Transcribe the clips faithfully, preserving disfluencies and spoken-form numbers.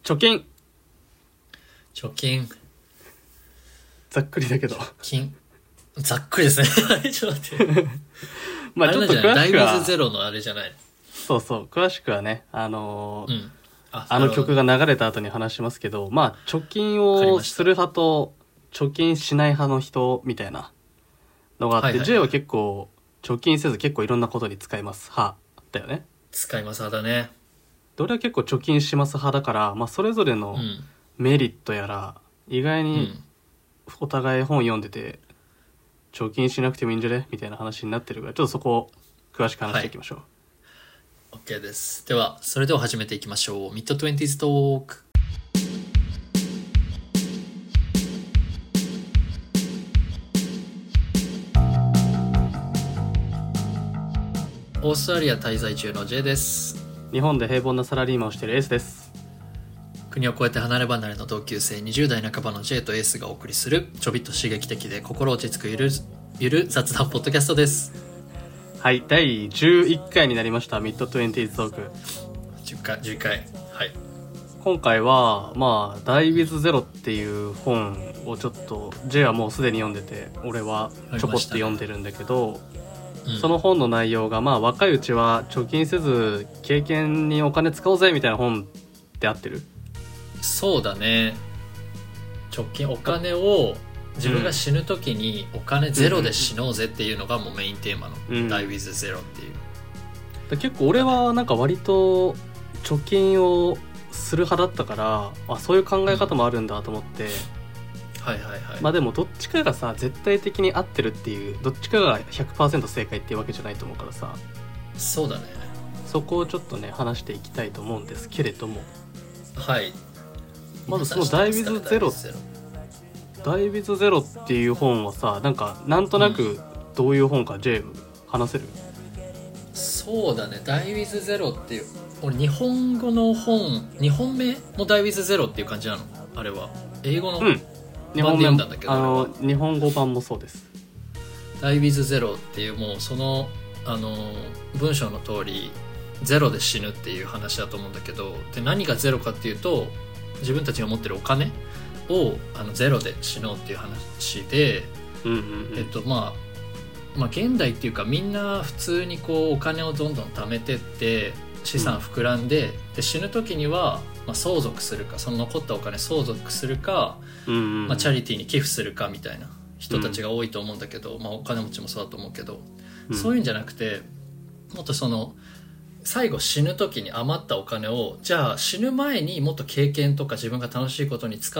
貯金。 貯金。 ざっくりだけど。 金。ざっくりですね。ちょっと待って。 まあちょっと詳しくは。 ダイビズゼロのあれじゃない。 そうそう。詳しくはね、あのーうん、あ, あの曲が流れた後に話しますけど、まあ貯金をする派と貯金しない派の人みたいなのがあって、はいはいはい、J は結構貯金せず結構いろんなことに使います派だよね。 使います派だね。 で俺は結構貯金します派だから、まあ、それぞれのメリットやら、うん、意外にお互い本読んでて貯金しなくてもいいんじゃねみたいな話になってるから、ちょっとそこを詳しく話していきましょう。 はい、OK です。ではそれでは始めていきましょう。ミッドトゥエンティーズトーク。オーストラリア滞在中の J です。 日本で平凡なサラリーマンをしているエースです。 国を越えて離れ離れの同級生にじゅう代半ばの J とエースがお送りするちょびっと刺激的で心落ち着くゆるゆる雑談ポッドキャストです。 はい、だいじゅういっかいになりましたミッドトゥエンティーズトーク。 じゅっかいじゅういっかい。はい。 今回はまあダイビズゼロっていう本をちょっと J はもうすでに読んでて、俺はちょこっと読んでるんだけど、その本の内容が、まあ若いうちは貯金せず経験にお金使おうぜみたいな本って合ってる？ そうだね。貯金、お金を自分が死ぬ時にお金ゼロで死のうぜっていうのがもうメインテーマの、うん、Die with Zero っていう。 だ結構俺はなんか割と貯金をする派だったから、あ、そういう考え方もあるんだと思って、うんはいはいはい。 まあでもどっちかがさ絶対的に合ってるっていう、どっちかが ひゃくパーセント 正解っていうわけじゃないと思うからさ。 そうだね。 そこをちょっとね話していきたいと思うんですけれども、 はい。 まずそのダイビズゼロダイビズゼロっていう本はさ、なんかなんとなくどういう本か J 話せる？ うん、そうだね。ダイビズゼロっていう、俺日本語の本にほんめもダイビズゼロっていう感じなのあれは。英語の、うん日本語だけど、あの日本語版もそうです。 ダイビズゼロっていう、もうそのあの文章の通りゼロで死ぬっていう話だと思うんだけど、で何がゼロかっていうと、自分たちが持ってるお金をあのゼロで死のうっていう話で、 うんうんうん、 えっとまあまあ現代っていうか、みんな普通にこうお金をどんどん貯めてって資産膨らんで、うん、で死ぬ時にはまあ、相続するか、その残ったお金相続するか、 うんうんうん、 まあ、チャリティーに寄付するかみたいな人たちが多いと思うんだけど、うんまあ、お金持ちもそうだと思うけど、うん、そういうんじゃなくて、もっとその最後死ぬ時に余ったお金を、じゃあ死ぬ前にもっと経験とか自分が楽しいことに使って、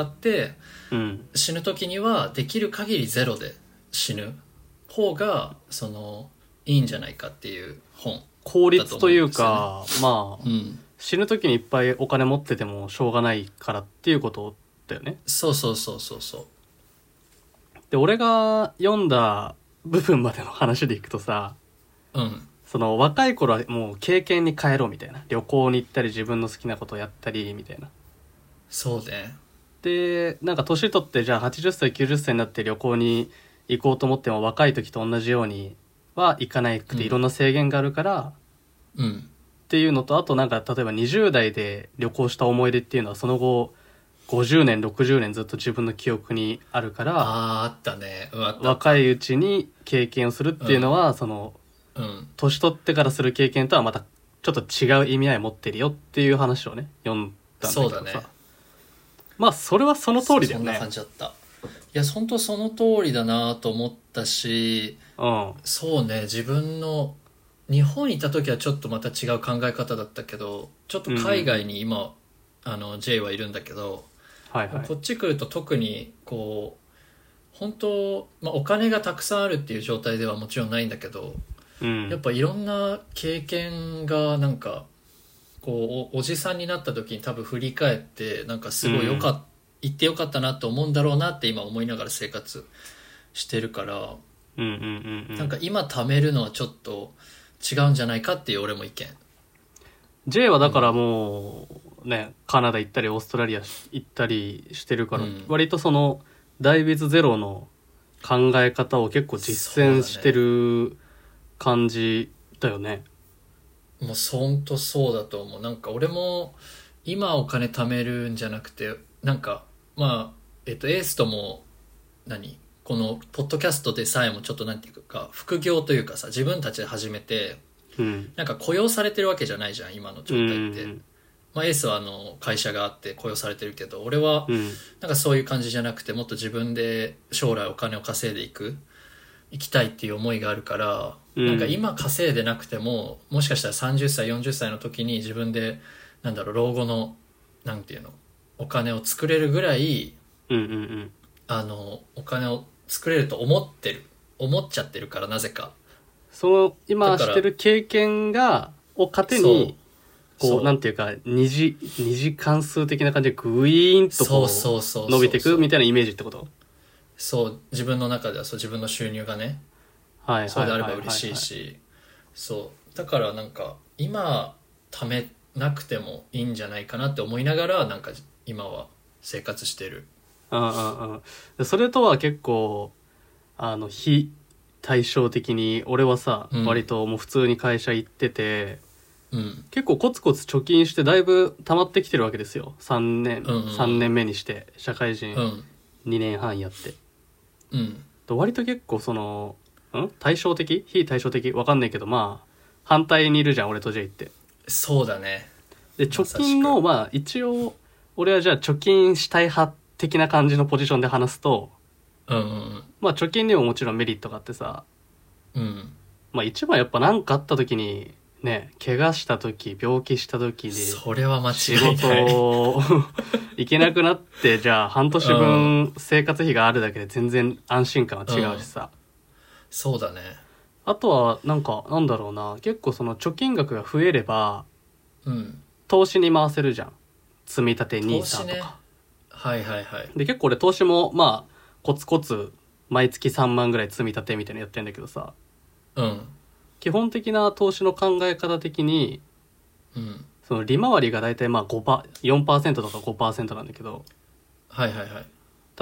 うん、 死ぬ時にはできる限りゼロで死ぬ方がそのいいんじゃないかっていう本だと思うんですよね。 効率というか、まあ、 うん死ぬ時にいっぱいお金持っててもしょうがないからっていうことだよね。 そうそうそうそうそう。 で俺が読んだ部分までの話でいくとさ、 うん、 その若い頃はもう経験に変えろみたいな、旅行に行ったり自分の好きなことをやったりみたいな。 そうね。 でなんか年取ってじゃあはちじゅっさいきゅうじゅっさいになって旅行に行こうと思っても若い時と同じようには行かなくて、いろんな制限があるから、 うん、うんっていうのと、あとなんか例えばにじゅう代で旅行した思い出っていうのはその後ごじゅうねんろくじゅうねんずっと自分の記憶にあるから、 あああったね、うん、あった若いうちに経験をするっていうのは、うん、その、 うん、 年取ってからする経験とはまたちょっと違う意味合い持ってるよっていう話をね読んだんだけどさ。 そうだね。 まあそれはその通りだよね。 そんな感じだった。いや本当その通りだなと思ったし、 うん、そうね、自分の日本にいた時はちょっとまた違う考え方だったけど、ちょっと海外に今、うん、あの J はいるんだけど、 はいはい、 こっち来ると特にこう本当、まあ、お金がたくさんあるっていう状態ではもちろんないんだけど、 うん、 やっぱいろんな経験がなんかこう お, おじさんになった時に多分振り返ってなんかすごいよかっ、うん、行ってよかったなと思うんだろうなって今思いながら生活してるから、 うんうんうんうん、 なんか今貯めるのはちょっと違うんじゃないかっていう俺も意見。 J はだからもうね、うん、カナダ行ったりオーストラリア行ったりしてるから、うん、割とそのダイビズゼロの考え方を結構実践してる感じだよね。 もうほんとそうだと思う。なんか俺も今お金貯めるんじゃなくて、なんかまあえっとエースとも何このポッドキャストでさえもちょっとなんていうか副業というかさ、自分たちで始めて、 うん、 なんか雇用されてるわけじゃないじゃん今の状態って、うんうん、まあ、エースはあの会社があって雇用されてるけど、俺はなんかそういう感じじゃなくて、もっと自分で将来お金を稼いでいく行きたいっていう思いがあるから、うん、なんか今稼いでなくてももしかしたらさんじゅっさいよんじゅっさいの時に自分でなんだろう老後のなんていうのお金を作れるぐらい、 うんうんうん、 あのお金を作れると思ってる思っちゃってるから、なぜかその今してる経験がを糧にこうなんていうか二次二次関数的な感じでグイーンとこう伸びていくみたいなイメージってこと？ そう自分の中ではそう自分の収入がね、はい、そうであれば嬉しいし、はいはいはいはい、そうだからなんか今貯めなくてもいいんじゃないかなって思いながらなんか今は生活してる。 うんうんうん、それとは結構あの非対照的に俺はさ、うん、割ともう普通に会社行ってて、うん、結構コツコツ貯金してだいぶ溜まってきてるわけですよ。さんねん、うんうん、さんねんめにして社会人にねんはんやって、うん、割と結構そのん対照的非対照的わかんないけど、まあ反対にいるじゃん俺と J って。 そうだね。 で貯金のまあ一応俺はじゃあ貯金したい派的な感じのポジションで話すと、うんうん、まあ貯金にももちろんメリットがあってさ、うん、まあ一番やっぱ何かあった時にね、怪我した時病気した時にそれは間違いない仕事行けなくなってじゃあ半年分生活費があるだけで全然安心感は違うしさ、うん、 そうだね。 あとはなんかなんだろうな、結構その貯金額が増えれば、うん、投資に回せるじゃん。積み立て ニーサ とか、ね、 はいはいはい。 で結構俺投資もまあコツコツ毎月さんまんぐらい積み立てみたいなのやってんだけどさ、うん、基本的な投資の考え方的に、うん、その利回りがだいたいまあ ごパーセント よんパーセントとか ごパーセント なんだけど、 はいはいはい。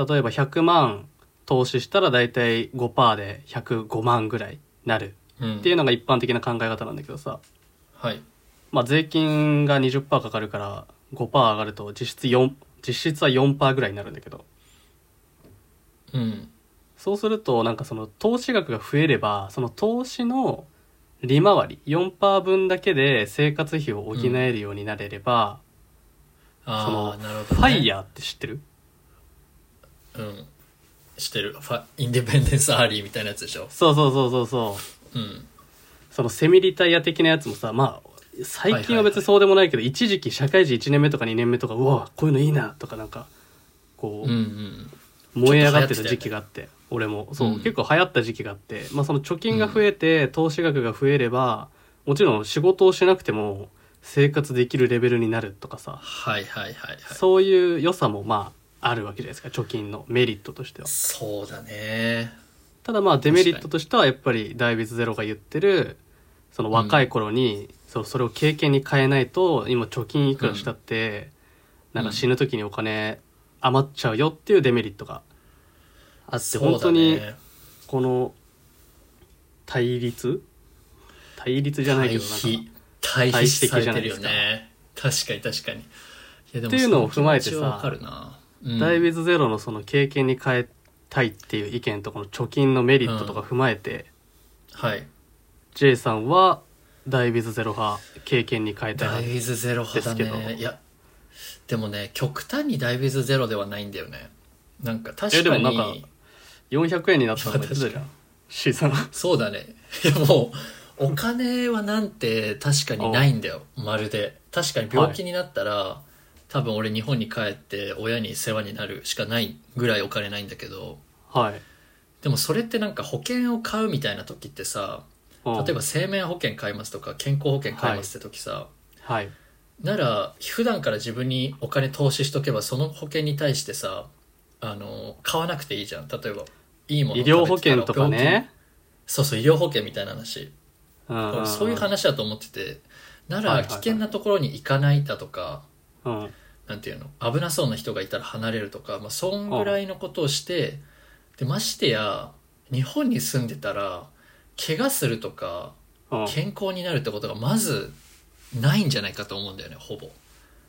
例えばひゃくまん投資したらだいたい ごパーセント でひゃくごまんぐらいなるっていうのが一般的な考え方なんだけどさ、はい、まあ税金が にじゅっパーセント かかるから ごパーセント 上がると実質よん実質は よんパーセント ぐらいになるんだけど、うん、そうするとなんかその投資額が増えればその投資の利回り よんパーセント 分だけで生活費を補えるようになれれば、うん、そのあ、なるほどね、ファイヤーって知ってる？ うん、知ってる。ファインディペンデンスアーリーみたいなやつでしょ。 そうそうそうそうそう、うん、そのセミリタイア的なやつもさ、まあ最近は別にそうでもないけど、はいはいはい、一時期社会人いちねんめとかにねんめとかうわこういうのいいなとかなんかこう、うんうん、燃え上がってた時期があって、ね、俺もそう、うん、結構流行った時期があって、まあ、その貯金が増えて、うん、投資額が増えればもちろん仕事をしなくても生活できるレベルになるとかさ、 はいはいはいはい、 そういう良さもまああるわけじゃないですか、貯金のメリットとしては。 そうだね。 ただまあデメリットとしてはやっぱりダイビズゼロが言ってるその若い頃に、うん、そ, それを経験に変えないと今貯金いくらしたって、うん、なんか死ぬ時にお金余っちゃうよっていうデメリットがあって、本当にこの対立対立じゃないけどなんか対比されてるよね。確かに確かに。いやでもっていうのを踏まえてさ、うん、ダイビズゼロのその経験に変えたいっていう意見とこの貯金のメリットとか踏まえて、うん、はい、J さんはダイビズゼロ派、経験に変えたい派ですけど。ダイビズゼロ派だね。いやでもね極端にダイビズゼロではないんだよね。なんか確かに。えでもなんかよんひゃくえんになったのが言ってたじゃん。C さん。 そうだね。いやもうお金はなんて確かにないんだよ。まるで。確かに病気になったら、はい、多分俺日本に帰って親に世話になるしかないぐらいお金ないんだけど、はい、でもそれってなんか保険を買うみたいな時ってさ、例えば生命保険買いますとか健康保険買いますって時さ、はいはい、なら普段から自分にお金投資しとけばその保険に対してさ、あの買わなくていいじゃん。例えばいいもの医療保険とかね。 そうそう医療保険みたいな話、うん、そういう話だと思ってて、なら危険なところに行かないだとか、はいはいはい、なんていうの危なそうな人がいたら離れるとか、まあ、そんぐらいのことをして、でましてや日本に住んでたら怪我するとか健康になるってことがまずないんじゃないかと思うんだよね。ほぼ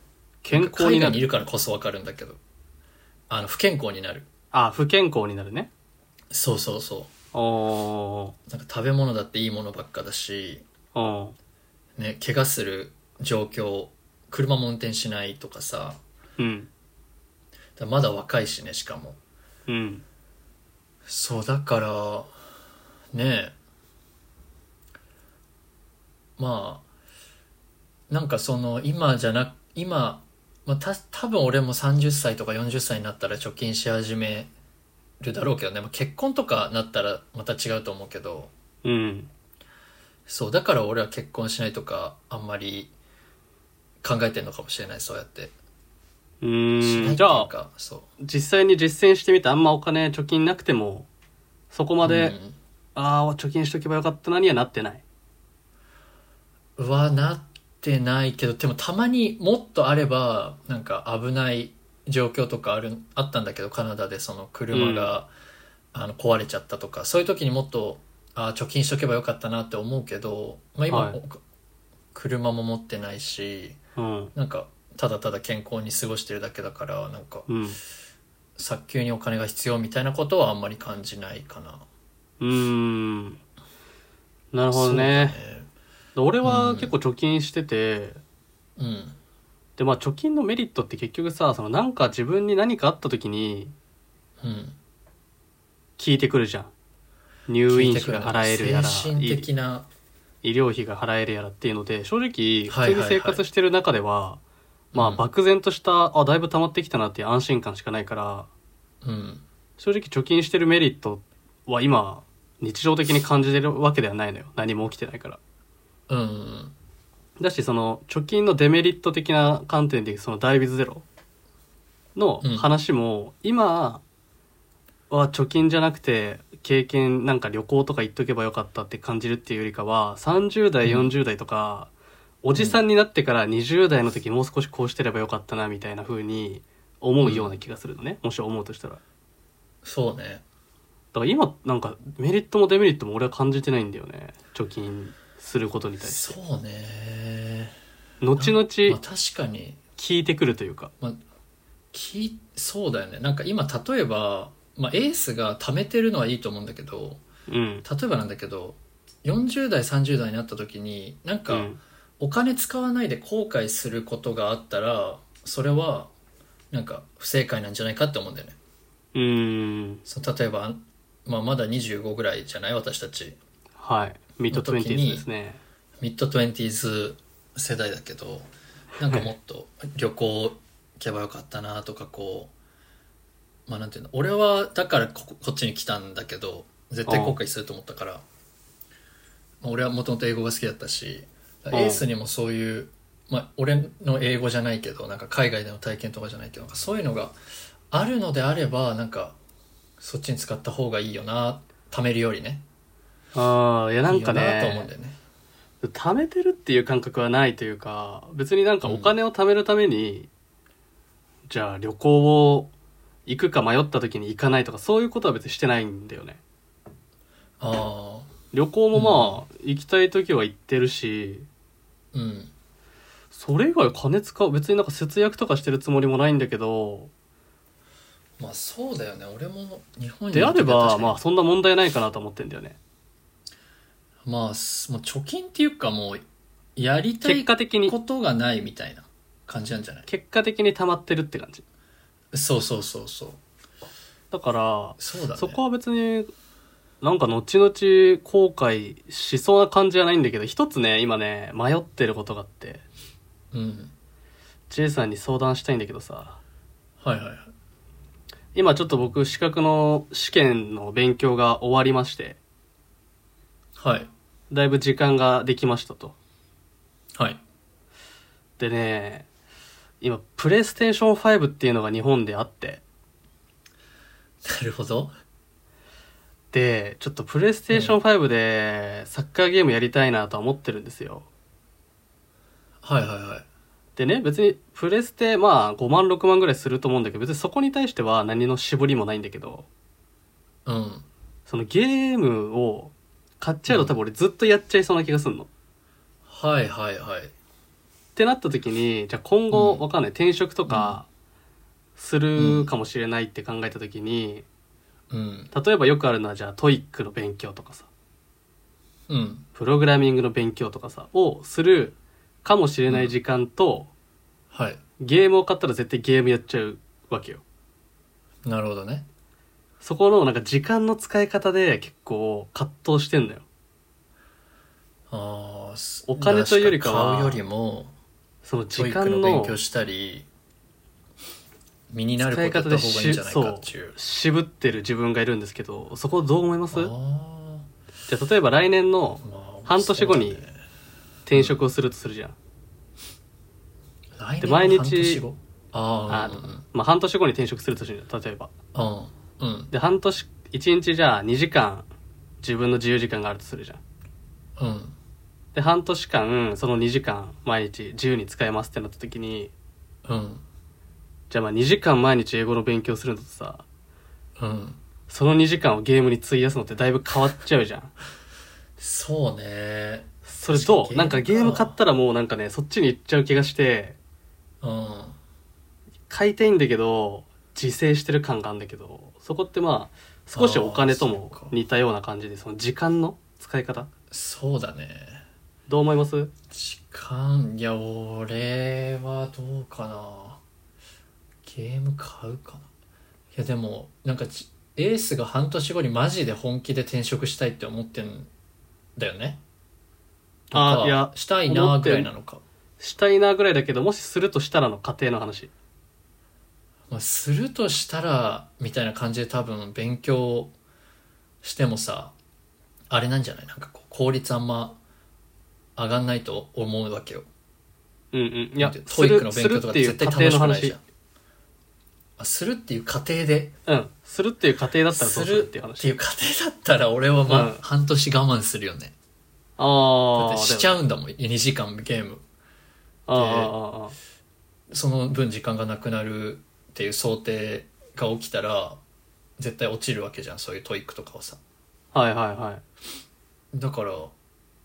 健康になる。 海外にいるからこそ分かるんだけど、あの不健康になる。 あ、不健康になるね。 そうそうそおう。なんか食べ物だっていいものばっかだし、 ーね、怪我する状況、車も運転しないとかさ、 うんだまだ若いしね、しかも。 うんそうだからねえ、まあなんかその今じゃな今、まあ、た多分俺もさんじゅっさいとかよんじゅっさいになったら貯金し始めるだろうけどね、まあ、結婚とかなったらまた違うと思うけど、 うんそうだから俺は結婚しないとかあんまり考えてんのかもしれない。そうやってうしないーん。 っていうじゃあか、そう実際に実践してみて、あんまお金貯金なくてもそこまで、 うんああ貯金しとけばよかったなにはなってない。 はなってないけど、でもたまにもっとあればなんか危ない状況とかあるあったんだけど、カナダでその車が、うん、あの壊れちゃったとか、そういう時にもっとあ貯金しとけばよかったなって思うけど、まあ、今、はい、車も持ってないし、 うん、 なんかただただ健康に過ごしてるだけだから、なんか、 うん、 早急にお金が必要みたいなことはあんまり感じないかな。 うーん、なるほどね。俺は結構貯金してて、 うん、 でまあ貯金のメリットって結局さ、そのなんか自分に何かあった時に効いてくるじゃん。入院費が払えるやら、 精神的な医療費が払えるやらっていうので、正直普通に生活してる中では、はいはいはい、まあ漠然とした、うん、あだいぶ溜まってきたなっていう安心感しかないから、 うん、 正直貯金してるメリットは今日常的に感じてるわけではないのよ。何も起きてないから。 うん。 だしその貯金のデメリット的な観点でそのダイビズゼロの話も、うん、今は貯金じゃなくて経験なんか旅行とか行っとけばよかったって感じるっていうよりかは、さんじゅう代よんじゅう代とか、うん、おじさんになってからにじゅう代の時もう少しこうしてればよかったなみたいな風に思うような気がするのね、うん、もし思うとしたら。 そうね。 だから今なんかメリットもデメリットも俺は感じてないんだよね、貯金することに対して。 そうね。 後々 まあ、確かに効いてくるというか、 まあ、きそうだよね。なんか今例えば、まあ、エースが貯めてるのはいいと思うんだけど、 うん、 例えばなんだけどよんじゅう代さんじゅう代になった時になんか、うん、お金使わないで後悔することがあったら、それはなんか不正解なんじゃないかって思うんだよね。 うーん、 そう例えば、まあ、まだにじゅうごぐらいじゃない私たち。 はい、ミッドトゥエンティーズですね。 ミッドトゥエンティーズ世代だけど、なんかもっと旅行行けばよかったなとか、こうまあなんていうの、俺はだから こ, こっちに来たんだけど絶対後悔すると思ったから、まあ、俺はもともと英語が好きだったし、エースにもそういう、まあ、俺の英語じゃないけどなんか海外での体験とかじゃないけど、なんかそういうのがあるのであれば、なんかそっちに使った方がいいよな、貯めるよりね。 ああ、いやなんかね、 いいよなと思うんだよね。 貯めてるっていう感覚はないというか、別になんかお金を貯めるために、うん、じゃあ旅行を行くか迷った時に行かないとか、そういうことは別にしてないんだよね。 ああ、 旅行もまあ、うん、行きたい時は行ってるし、 うん、 それ以外金使う、別になんか節約とかしてるつもりもないんだけど、 まあそうだよね。俺も日本にであればまあそんな問題ないかなと思ってんだよね。 まあもう貯金っていうか、もうやりたいことがないみたいな感じなんじゃない？ 結果的に溜まってるって感じ。 そうそうそうそう。 だからそうだね、 そこは別になんか後々後悔しそうな感じはないんだけど、一つね今ね迷ってることがあって、 うん、 J さんに相談したいんだけどさ。 はいはいはい。 今ちょっと僕資格の試験の勉強が終わりまして、 はい、 だいぶ時間ができましたと。 はい。 でね、今プレイステーションファイブっていうのが日本であって、 なるほど。 でちょっとプレイステーションファイブでサッカーゲームやりたいなとは思ってるんですよ。 はいはいはい。 でね、別にプレステまあごまんろくまんぐらいすると思うんだけど、別にそこに対しては何の絞りもないんだけど、 うん、 そのゲームを買っちゃうと多分俺ずっとやっちゃいそうな気がするの、 うん、はいはいはい。 ってなった時にじゃあ今後うんわかんない転職とかするかもしれないって考えた時に、 うん、 例えばよくあるのはじゃあトイックの勉強とかさ、 うん、 プログラミングの勉強とかさをするかもしれない時間と、 うん、はい、 ゲームを買ったら絶対ゲームやっちゃうわけよ。 なるほどね。 そこのなんか時間の使い方で結構葛藤してんだよ。 ああ、 お金というよりかは買うよりもその時間トイックの勉の強したり身になることやった方がいいんじゃないかっていう。 渋ってる自分がいるんですけど、そこどう思います？ あじゃあ例えば来年のまあ半年後にそうだね、 転職をするとするじゃん。 来年で毎日の半年後ああまあ半年後に転職するとするじゃん、例えば。 あうんうんで半年いちにちじゃあにじかん自分の自由時間があるとするじゃん。 うんで半年間そのにじかん毎日自由に使えますってなった時に、 うんじゃあまあにじかん毎日英語の勉強するのとさ、 うんそのにじかんをゲームに費やすのってだいぶ変わっちゃうじゃん。 そうね。 それど確かにうなんかゲーム買ったらもうなんかねそっちに行っちゃう気がして、 うん買いたいんだけど自制してる感があるんだけど、そこってまあ少しお金とも似たような感じで、その時間の使い方そうだね。 どう思います？ 時間いや俺はどうかな。ゲーム買うかな。いやでもなんかエースが半年後にマジで本気で転職したいって思ってんだよね。 あいやしたいなぐらいなのか。 したいなぐらいだけど、もしするとしたらの過程の話。 まあ、するとしたらみたいな感じで多分勉強してもさあれなんじゃない？なんかこう効率あんま上がんないと思うわけよ。 うんうん。いやトイックの勉強とか絶対楽しくないじゃん。あするっていう過程でうんするっていう過程だったらどうするっていう話。 するっていう過程だったら俺はまあ、 うん、 半年我慢するよね。 ああだってしちゃうんだもんにじかんゲームああその分時間がなくなるっていう想定が起きたら絶対落ちるわけじゃん、そういうトイックとかをさ。 はいはいはい。 だからも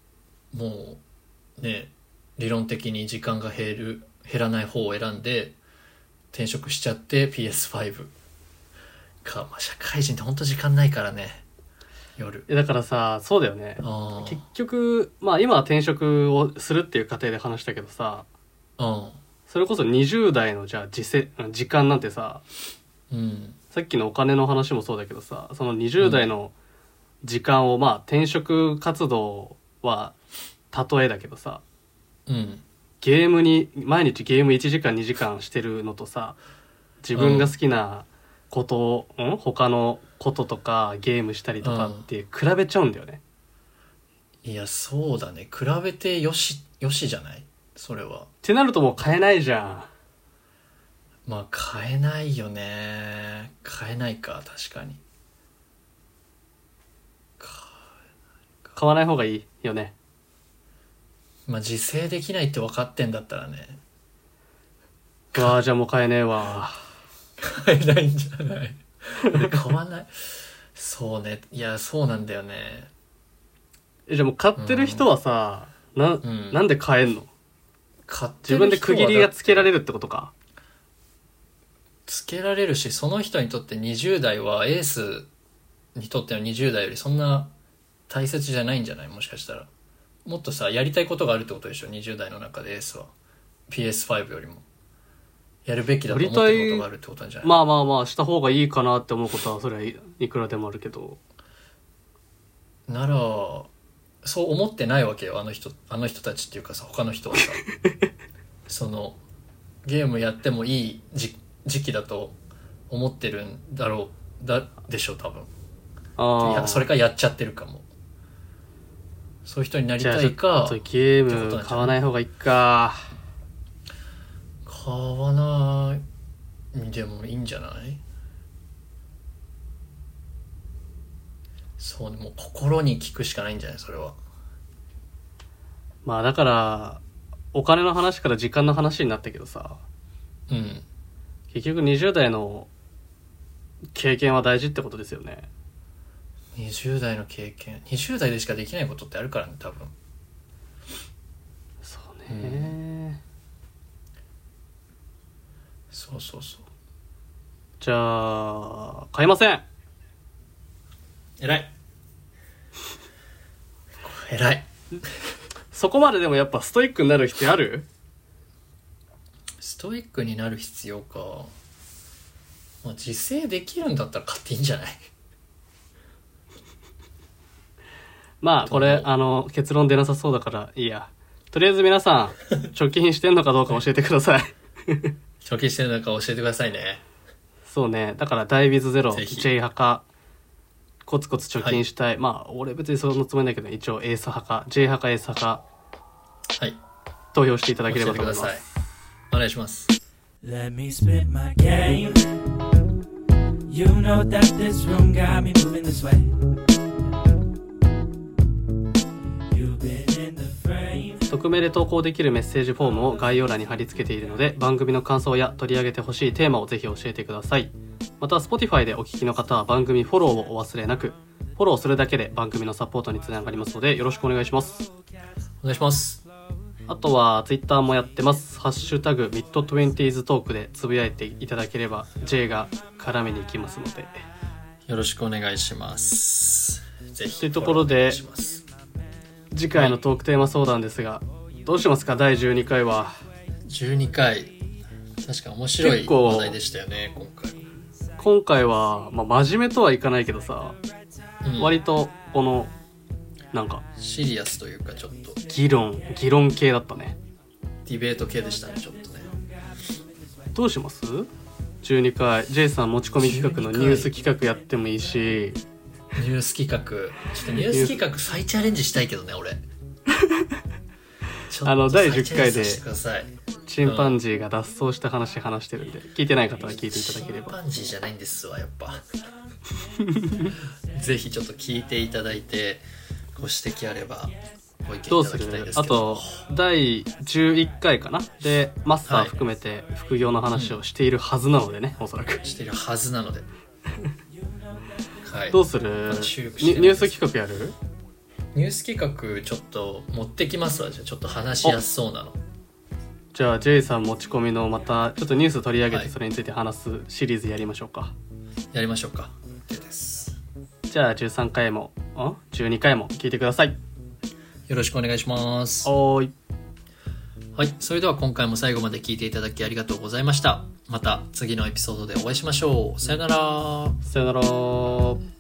うね理論的に時間が減る減らない方を選んで転職しちゃって ピーエスファイブ か、まあ、社会人ってほんと時間ないからね夜。 だからさそうだよね。結局まあ今は転職をするっていう過程で話したけどさ、 うんそれこそにじゅう代のじゃあ時せ時間なんてさ、 うん、 さっきのお金の話もそうだけどさ、そのにじゅう代の時間を、まあ転職活動は例えだけどさ、 うん、 ゲームに毎日ゲームいちじかんにじかんしてるのとさ、自分が好きなことを、うん、他のこととかゲームしたりとかって比べちゃうんだよね。 いやそうだね、比べてよしよしじゃないそれは。 ってなるともう買えないじゃん。 まあ買えないよね。買えないか確かに。 買わない方がいいよね。 まあ自制できないって分かってんだったらね。 わあじゃあもう買えねえわ。 買えないんじゃない買わない。そうね、いやそうなんだよね。 えじゃあもう買ってる人はさ、うん、な, うん、なんで買えんの？ 買って自分で区切りがつけられるってことか。 つけられるし、その人にとってにじゅう代はエースにとってのにじゅう代よりそんな大切じゃないんじゃない？もしかしたらもっとさやりたいことがあるってことでしょ。にじゅう代の中でエースは ピーエスファイブ よりもやるべきだと思ってることがあるってことなんじゃない？ まあまあまあした方がいいかなって思うことはそれはいくらでもあるけど、 ならそう思ってないわけよ、あの人あの人たちっていうかさ、他の人はさそのゲームやってもいい時時期だと思ってるんだろうだでしょ多分。あいやそれかやっちゃってるかも。そういう人になりたいか。 じゃあゲーム買わない方がいいか。 買わないでもいいんじゃない？そうね、もう心に聞くしかないんじゃないそれは。 まあだからお金の話から時間の話になったけどさ、 うん、 結局にじゅう代の経験は大事ってことですよね。 にじゅう代の経験、にじゅう代でしかできないことってあるからね多分。 そうね、 そうそうそう。 じゃあ買いません。 偉い偉い。 そこまででもやっぱストイックになる必要ある？ ストイックになる必要か、まあ、自制できるんだったら買っていいんじゃない？ まあこれあの結論出なさそうだからいいや。とりあえず皆さん貯金してんのかどうか教えてください。 貯金してるのか教えてくださいね。 そうね、だからダイビズゼロぜひ J 派かコツコツ貯金したい、 はい、 まあ俺別にそのつもりだけど一応エース派か J 派かエース派か、 はい、 投票していただければと思います。 お願いします。 Let me spit my game. You know that this room got me moving this way. You've been in the frame. 匿名で投稿できるメッセージフォームを概要欄に貼り付けているので、番組の感想や取り上げてほしいテーマをぜひ教えてください。また Spotify でお聞きの方は番組フォローをお忘れなく。フォローするだけで番組のサポートにつながりますのでよろしくお願いします。 お願いします。 あとは Twitter もやってます。ハッシュタグミッドトゥエンティーズトークでつぶやいていただければ J が絡めに行きますのでよろしくお願いします。ぜひというところで次回のトークテーマ相談ですが、どうしますか？だいじゅうにかいはじゅうにかい、確か面白い話題でしたよね。今回今回は、まあ、真面目とはいかないけどさ、うん、割とこのなんかシリアスというかちょっと議論議論系だったね。 ディベート系でしたね。ちょっとね。 どうします？じゅうにかい J さん持ち込み企画のニュース企画やってもいいし、 ニュース企画ちょっとニュース企画再チャレンジしたいけどね俺。 あのだいじゅっかいでチンパンジーが脱走した話話してるんで、聞いてない方は聞いていただければ。 チンパンジーじゃないんですわやっぱ。ぜひちょっと聞いていただいてご指摘あればご意見いただきたいですけど。 どうする？あとだいじゅういっかいかなでマスター含めて副業の話をしているはずなのでね、うん、おそらくしているはずなので、 はい、どうする？ニュース企画やる？ ニュース企画ちょっと持ってきますわ。じゃあちょっと話しやすそうなの。 じゃあ J さん持ち込みのまたちょっとニュース取り上げてそれについて話すシリーズやりましょうか。はい、 やりましょうか。OK です。 じゃあじゅうさんかいもんじゅうにかいも聞いてください。 よろしくお願いします。 おーい。 はい、それでは今回も最後まで聞いていただきありがとうございました。また次のエピソードでお会いしましょう。さよなら。 さよなら。